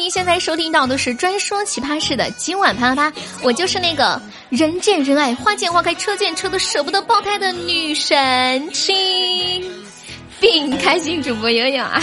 您现在收听到的是专说奇葩事的今晚啪啪啪，我就是那个人见人爱花见花开车见车的舍不得爆胎的女神亲并开心主播悠悠啊。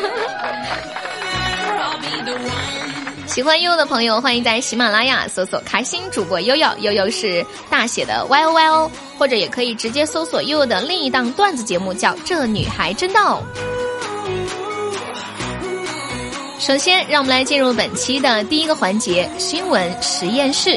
喜欢悠悠的朋友欢迎在喜马拉雅搜索开心主播悠悠，悠悠是大写的 YOYO， 或者也可以直接搜索悠悠的另一档段子节目叫这女孩真逗。首先让我们来进入本期的第一个环节，新闻实验室。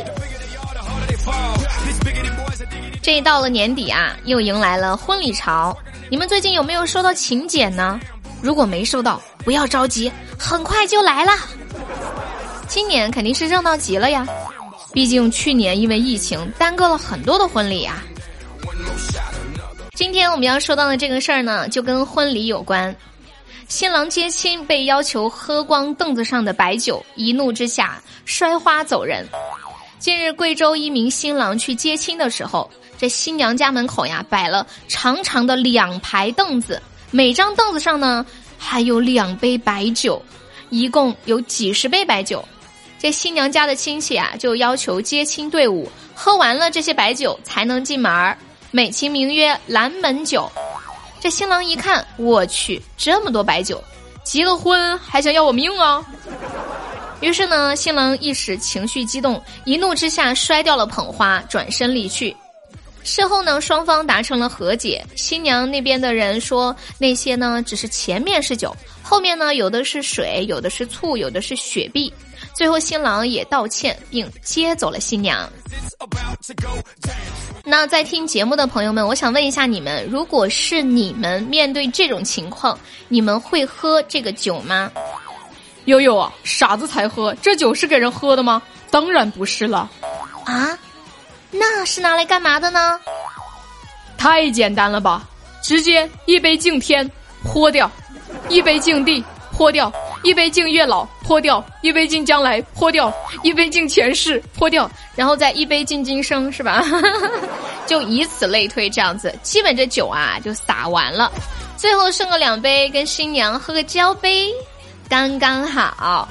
这到了年底啊，又迎来了婚礼潮，你们最近有没有收到请柬呢？如果没收到不要着急，很快就来了。今年肯定是热闹极了呀，毕竟去年因为疫情耽搁了很多的婚礼啊。今天我们要说到的这个事儿呢，就跟婚礼有关。新郎接亲被要求喝光凳子上的白酒，一怒之下摔花走人。近日贵州一名新郎去接亲的时候，这新娘家门口呀摆了长长的2排凳子，每张凳子上呢还有2杯白酒，一共有几十杯白酒。这新娘家的亲戚啊就要求接亲队伍喝完了这些白酒才能进门，美其名曰拦门酒。这新郎一看，我去，这么多白酒，结个婚还想要我命啊！于是呢，新郎一时情绪激动，一怒之下摔掉了捧花，转身离去。事后呢，双方达成了和解。新娘那边的人说，那些呢只是前面是酒，后面呢有的是水，有的是醋，有的是雪碧。最后新郎也道歉并接走了新娘。那在听节目的朋友们，我想问一下你们，如果是你们面对这种情况，你们会喝这个酒吗？ 悠悠啊，傻子才喝，这酒是给人喝的吗？当然不是了。 啊？那是拿来干嘛的呢？ 太简单了吧，直接一杯敬天泼掉，一杯敬地泼掉，一杯敬月老泼掉，一杯敬将来泼掉，一杯敬前世泼掉，然后再一杯敬今生，是吧？ 就以此类推，这样子基本这酒啊就洒完了，最后剩个2杯跟新娘喝个交杯刚刚好。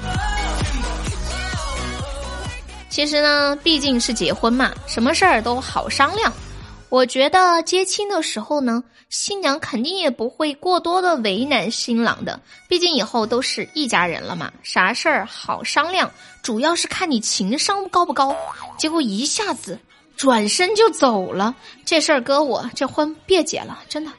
其实呢毕竟是结婚嘛，什么事儿都好商量。我觉得接亲的时候呢，新娘肯定也不会过多的为难新郎的，毕竟以后都是一家人了嘛，啥事儿好商量，主要是看你情商高不高。结果一下子转身就走了，这事儿搁我这婚别结了，真的。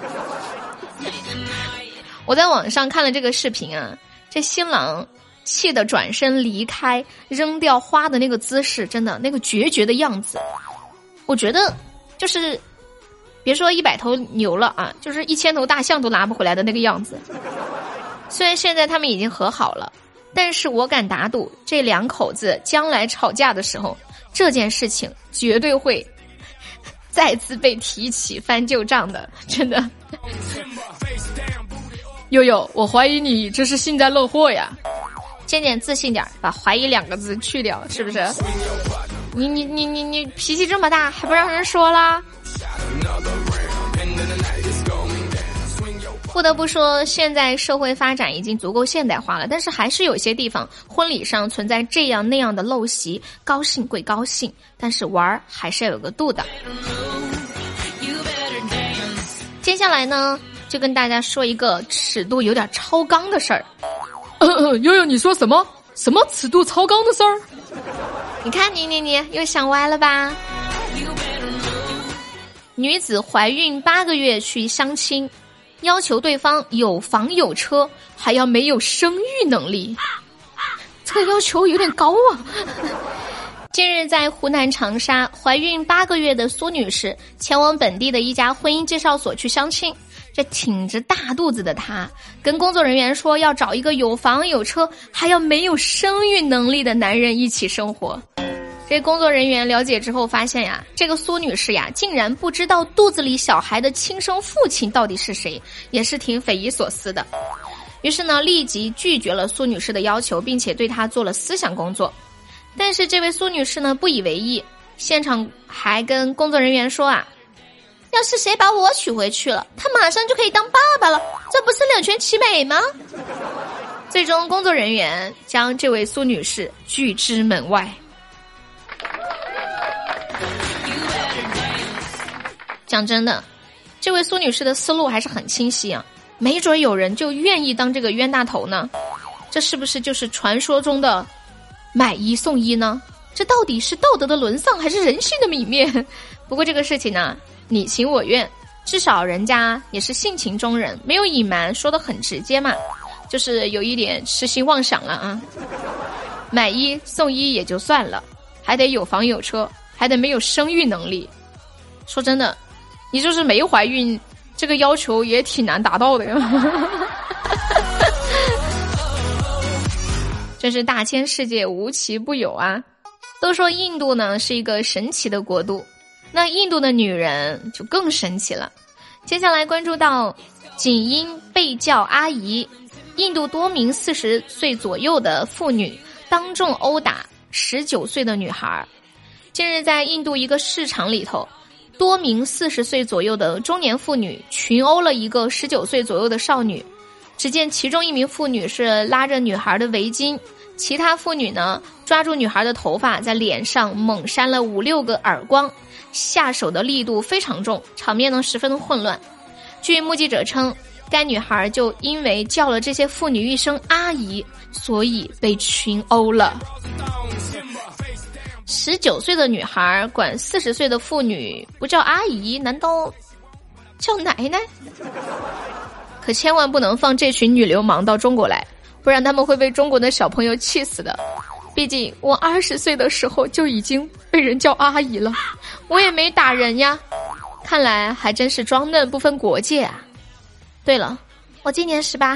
我在网上看了这个视频啊，这新郎气得转身离开，扔掉花的那个姿势，真的那个决绝的样子，我觉得就是别说100头牛了啊，就是1000头大象都拿不回来的那个样子。虽然现在他们已经和好了，但是我敢打赌，这2口子将来吵架的时候，这件事情绝对会再次被提起翻旧账的，真的。 悠悠，我怀疑你这是幸灾乐祸呀。 渐渐自信点，把怀疑2个字去掉，是不是？你脾气这么大还不让人说啦？不得不说，现在社会发展已经足够现代化了，但是还是有些地方婚礼上存在这样那样的陋习。高兴归高兴，但是玩还是要有个度的。接下来呢，就跟大家说一个尺度有点超纲的事儿。 悠悠，你说什么尺度超纲的事儿？ 你看你又想歪了吧？女子怀孕8个月去相亲，要求对方有房有车，还要没有生育能力，这个要求有点高啊。近日在湖南长沙，怀孕8个月的苏女士前往本地的一家婚姻介绍所去相亲。这挺着大肚子的她跟工作人员说要找一个有房有车还要没有生育能力的男人一起生活。这工作人员了解之后发现呀，这个苏女士呀竟然不知道肚子里小孩的亲生父亲到底是谁，也是挺匪夷所思的。于是呢立即拒绝了苏女士的要求，并且对她做了思想工作。但是这位苏女士呢不以为意，现场还跟工作人员说啊，要是谁把我娶回去了，他马上就可以当爸爸了，这不是两全其美吗？ 最终工作人员将这位苏女士拒之门外。讲真的，这位苏女士的思路还是很清晰啊，没准有人就愿意当这个冤大头呢。这是不是就是传说中的买一送一呢？这到底是道德的沦丧还是人性的泯灭？不过这个事情呢，你情我愿，至少人家也是性情中人，没有隐瞒，说得很直接嘛，就是有一点痴心妄想了啊。买一送一也就算了，还得有房有车，还得没有生育能力。说真的，你就是没怀孕，这个要求也挺难达到的呀。真是大千世界无奇不有啊！都说印度呢是一个神奇的国度，那印度的女人就更神奇了。接下来关注到仅因被叫阿姨，印度多名40岁左右的妇女当众殴打19岁的女孩。近日在印度一个市场里头，多名40岁左右的中年妇女群殴了一个19岁左右的少女。只见其中一名妇女是拉着女孩的围巾，其他妇女呢抓住女孩的头发，在脸上猛扇了5-6个耳光，下手的力度非常重，场面呢十分的混乱。据目击者称，该女孩就因为叫了这些妇女一声阿姨，所以被群殴了。19岁的女孩管40岁的妇女不叫阿姨，难道叫奶奶？可千万不能放这群女流氓到中国来，不然他们会被中国的小朋友气死的。毕竟我20岁的时候就已经被人叫阿姨了，我也没打人呀。看来还真是装嫩不分国界啊。对了，我今年18。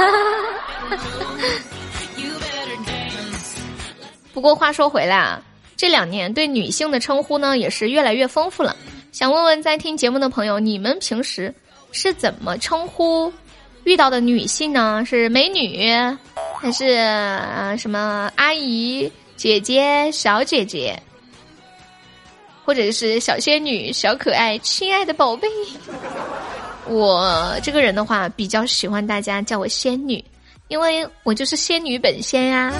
不过话说回来啊，这2年对女性的称呼呢也是越来越丰富了。想问问在听节目的朋友，你们平时是怎么称呼遇到的女性呢？是美女，还是什么阿姨、姐姐、小姐姐，或者是小仙女、小可爱、亲爱的宝贝？我这个人的话，比较喜欢大家叫我仙女，因为我就是仙女本仙呀。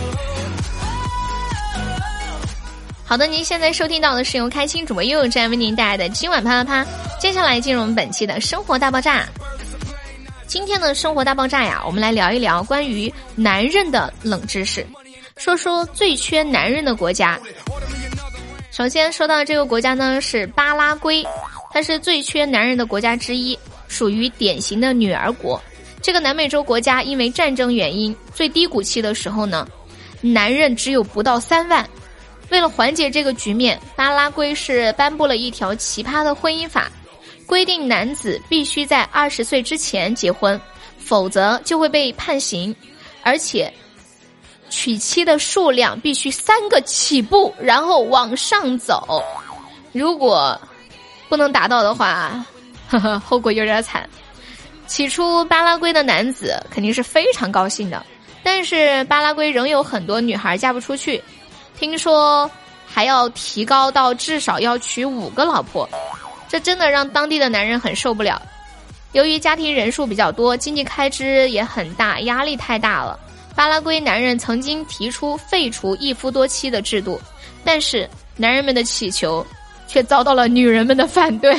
好的，您现在收听到的是由开心主播悠悠站为您带来的今晚啪啪啪。接下来进入我们本期的生活大爆炸。今天的生活大爆炸呀，我们来聊一聊关于男人的冷知识，说说最缺男人的国家。首先说到这个国家呢，是巴拉圭，它是最缺男人的国家之一，属于典型的女儿国。这个南美洲国家因为战争原因，最低谷期的时候呢，男人只有不到3万。为了缓解这个局面，巴拉圭是颁布了一条奇葩的婚姻法，规定男子必须在20岁之前结婚，否则就会被判刑，而且娶妻的数量必须3个起步，然后往上走。如果不能达到的话，后果有点惨。起初巴拉圭的男子肯定是非常高兴的，但是巴拉圭仍有很多女孩嫁不出去，听说还要提高到至少要娶5个老婆，这真的让当地的男人很受不了。由于家庭人数比较多，经济开支也很大，压力太大了。巴拉圭男人曾经提出废除一夫多妻的制度，但是男人们的祈求却遭到了女人们的反对。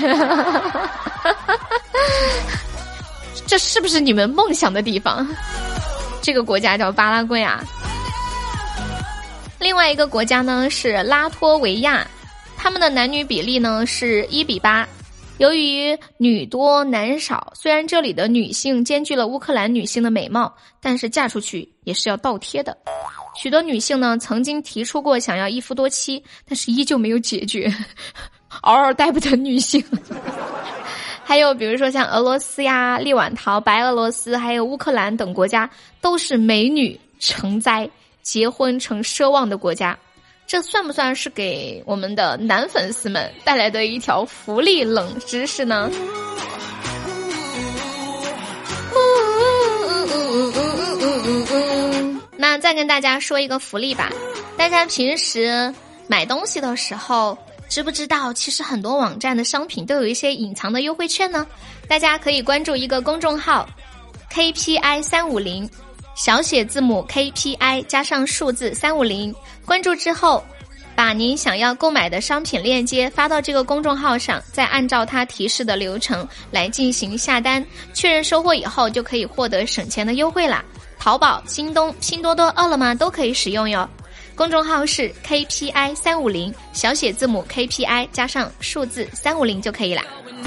这是不是你们梦想的地方？这个国家叫巴拉圭啊。另外一个国家呢是拉脱维亚，他们的男女比例呢是1:8。由于女多男少，虽然这里的女性兼具了乌克兰女性的美貌，但是嫁出去也是要倒贴的。许多女性呢曾经提出过想要一夫多妻，但是依旧没有解决，嗷嗷待不得女性。还有比如说像俄罗斯呀、利瓦陶、白俄罗斯还有乌克兰等国家，都是美女成灾，结婚成奢望的国家。这算不算是给我们的男粉丝们带来的一条福利冷知识呢？那再跟大家说一个福利吧，大家平时买东西的时候知不知道其实很多网站的商品都有一些隐藏的优惠券呢？大家可以关注一个公众号 KPI350， 小写字母 KPI 加上数字350，关注之后把您想要购买的商品链接发到这个公众号上，再按照它提示的流程来进行下单，确认收货以后就可以获得省钱的优惠啦。淘宝、京东、拼多多、饿了么都可以使用哟。公众号是 KPI 350，小写字母 KPI 加上数字350就可以啦。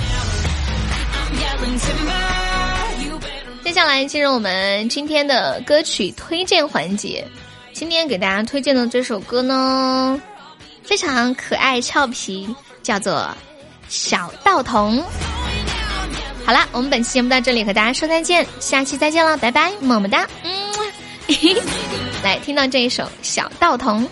接下来进入我们今天的歌曲推荐环节。今天给大家推荐的这首歌呢，非常可爱俏皮，叫做小道童。好啦，我们本期节目到这里和大家说再见，下期再见了，拜拜，么么哒。来，听到这一首小道童。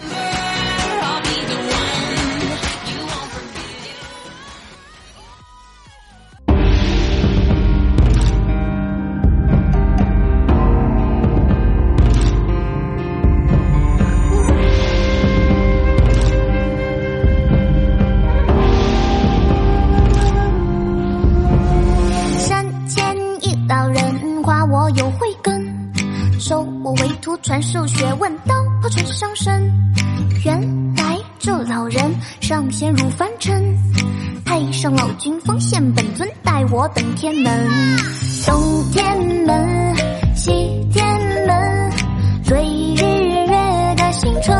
传授学问，道破穿上身。原来这老人上仙入凡尘，太上老君奉献本尊，待我登天门。东天门，西天门，追日月的星辰。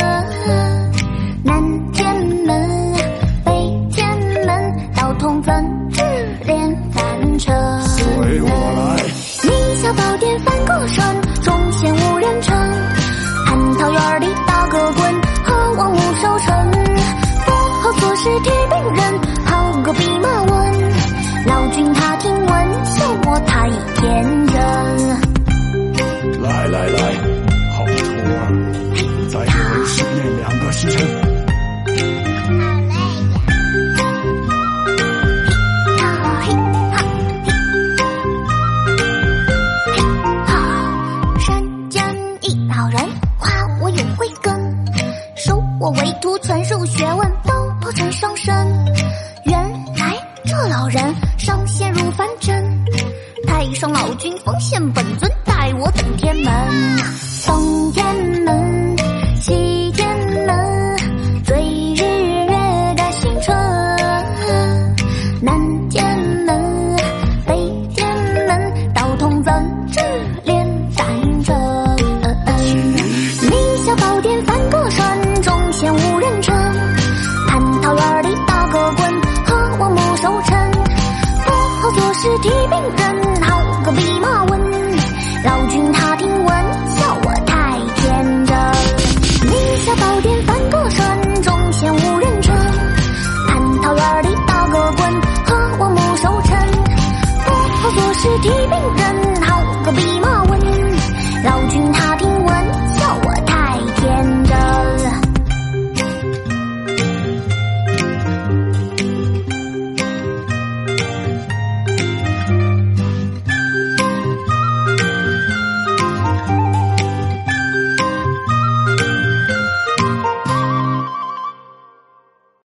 南天门，北天门，道统分支连凡尘。 随我来， 你小宝典翻个身，众仙无人称。蟠桃园里打个滚，和王母守城。佛后做事铁兵刃，好个弼马温。老君他听闻，笑我太天真。 来来来，好徒儿，再给我试验2个时辰。我为徒传授学问，道破尘上身。原来这老人上仙入凡尘，太上老君奉献本尊，待我登天门。东天门，西